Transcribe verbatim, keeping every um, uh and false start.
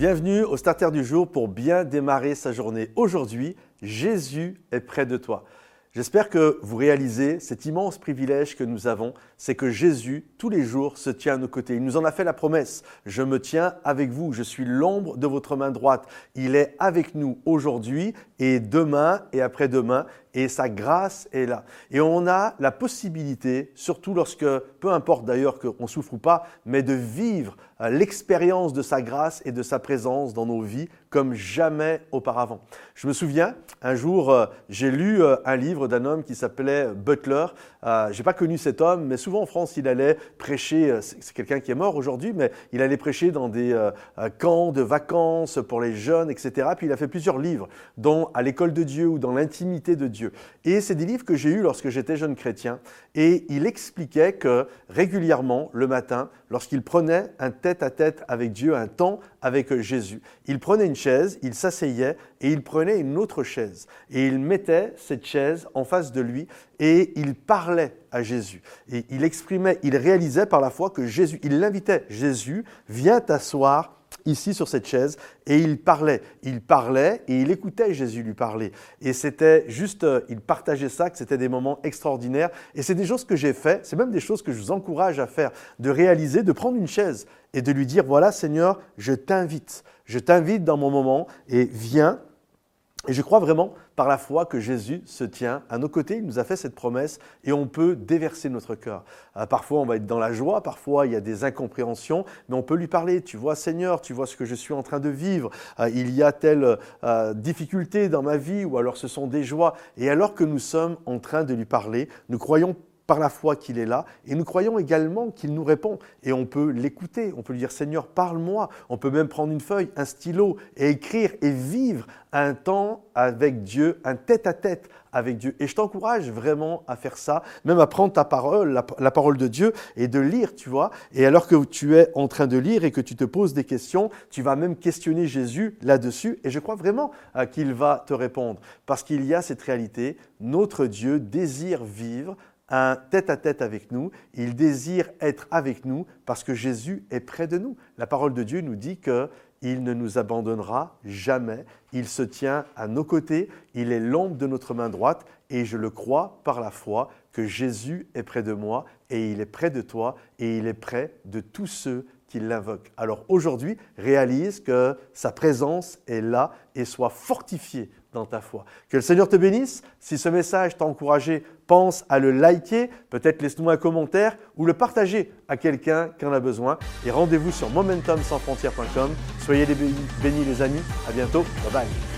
Bienvenue au Starter du jour pour bien démarrer sa journée. Aujourd'hui, Jésus est près de toi. J'espère que vous réalisez cet immense privilège que nous avons, c'est que Jésus, tous les jours, se tient à nos côtés. Il nous en a fait la promesse. Je me tiens avec vous, je suis l'ombre de votre main droite. Il est avec nous aujourd'hui et demain et après-demain et sa grâce est là. Et on a la possibilité, surtout lorsque, peu importe d'ailleurs qu'on souffre ou pas, mais de vivre l'expérience de sa grâce et de sa présence dans nos vies comme jamais auparavant. Je me souviens, un jour, euh, j'ai lu euh, un livre d'un homme qui s'appelait Butler. Euh, je n'ai pas connu cet homme, mais souvent en France, il allait prêcher, euh, c'est quelqu'un qui est mort aujourd'hui, mais il allait prêcher dans des euh, camps de vacances pour les jeunes, et cetera. Puis il a fait plusieurs livres, dont À l'école de Dieu ou Dans l'intimité de Dieu. Et c'est des livres que j'ai eus lorsque j'étais jeune chrétien. Et il expliquait que régulièrement, le matin, lorsqu'il prenait un tête-à-tête avec Dieu, un temps avec Jésus, il prenait une chaise, il s'asseyait et il prenait une autre chaise. Et il mettait cette chaise en face de lui et il parlait à Jésus. Et il exprimait, il réalisait par la foi que Jésus, il l'invitait. Jésus, viens t'asseoir ici sur cette chaise, et il parlait. Il parlait et il écoutait Jésus lui parler. Et c'était juste, euh, il partageait ça, que c'était des moments extraordinaires. Et c'est des choses que j'ai fait, c'est même des choses que je vous encourage à faire, de réaliser, de prendre une chaise et de lui dire, voilà Seigneur, je t'invite. Je t'invite dans mon moment et viens. Et je crois vraiment par la foi que Jésus se tient à nos côtés. Il nous a fait cette promesse et on peut déverser notre cœur. Euh, parfois, on va être dans la joie, parfois, il y a des incompréhensions, mais on peut lui parler. Tu vois, Seigneur, tu vois ce que je suis en train de vivre. Euh, il y a telle euh, difficulté dans ma vie ou alors ce sont des joies. Et alors que nous sommes en train de lui parler, nous croyons par la foi qu'il est là et nous croyons également qu'il nous répond et on peut l'écouter, on peut lui dire Seigneur parle-moi, on peut même prendre une feuille, un stylo et écrire et vivre un temps avec Dieu, un tête-à-tête avec Dieu et je t'encourage vraiment à faire ça, même à prendre ta parole, la, la parole de Dieu et de lire, tu vois, et alors que tu es en train de lire et que tu te poses des questions, tu vas même questionner Jésus là-dessus et je crois vraiment euh, qu'il va te répondre parce qu'il y a cette réalité, notre Dieu désire vivre un tête-à-tête avec nous, il désire être avec nous parce que Jésus est près de nous. La parole de Dieu nous dit qu'il ne nous abandonnera jamais, il se tient à nos côtés, il est l'ombre de notre main droite et je le crois par la foi que Jésus est près de moi et il est près de toi et il est près de tous ceux qui l'invoquent. Alors aujourd'hui, réalise que sa présence est là et sois fortifié dans ta foi. Que le Seigneur te bénisse. Si ce message t'a encouragé, pense à le liker, peut-être laisse-nous un commentaire ou le partager à quelqu'un qui en a besoin. Et rendez-vous sur momentum sans frontières point com. Soyez les bénis, bénis les amis. À bientôt. Bye bye.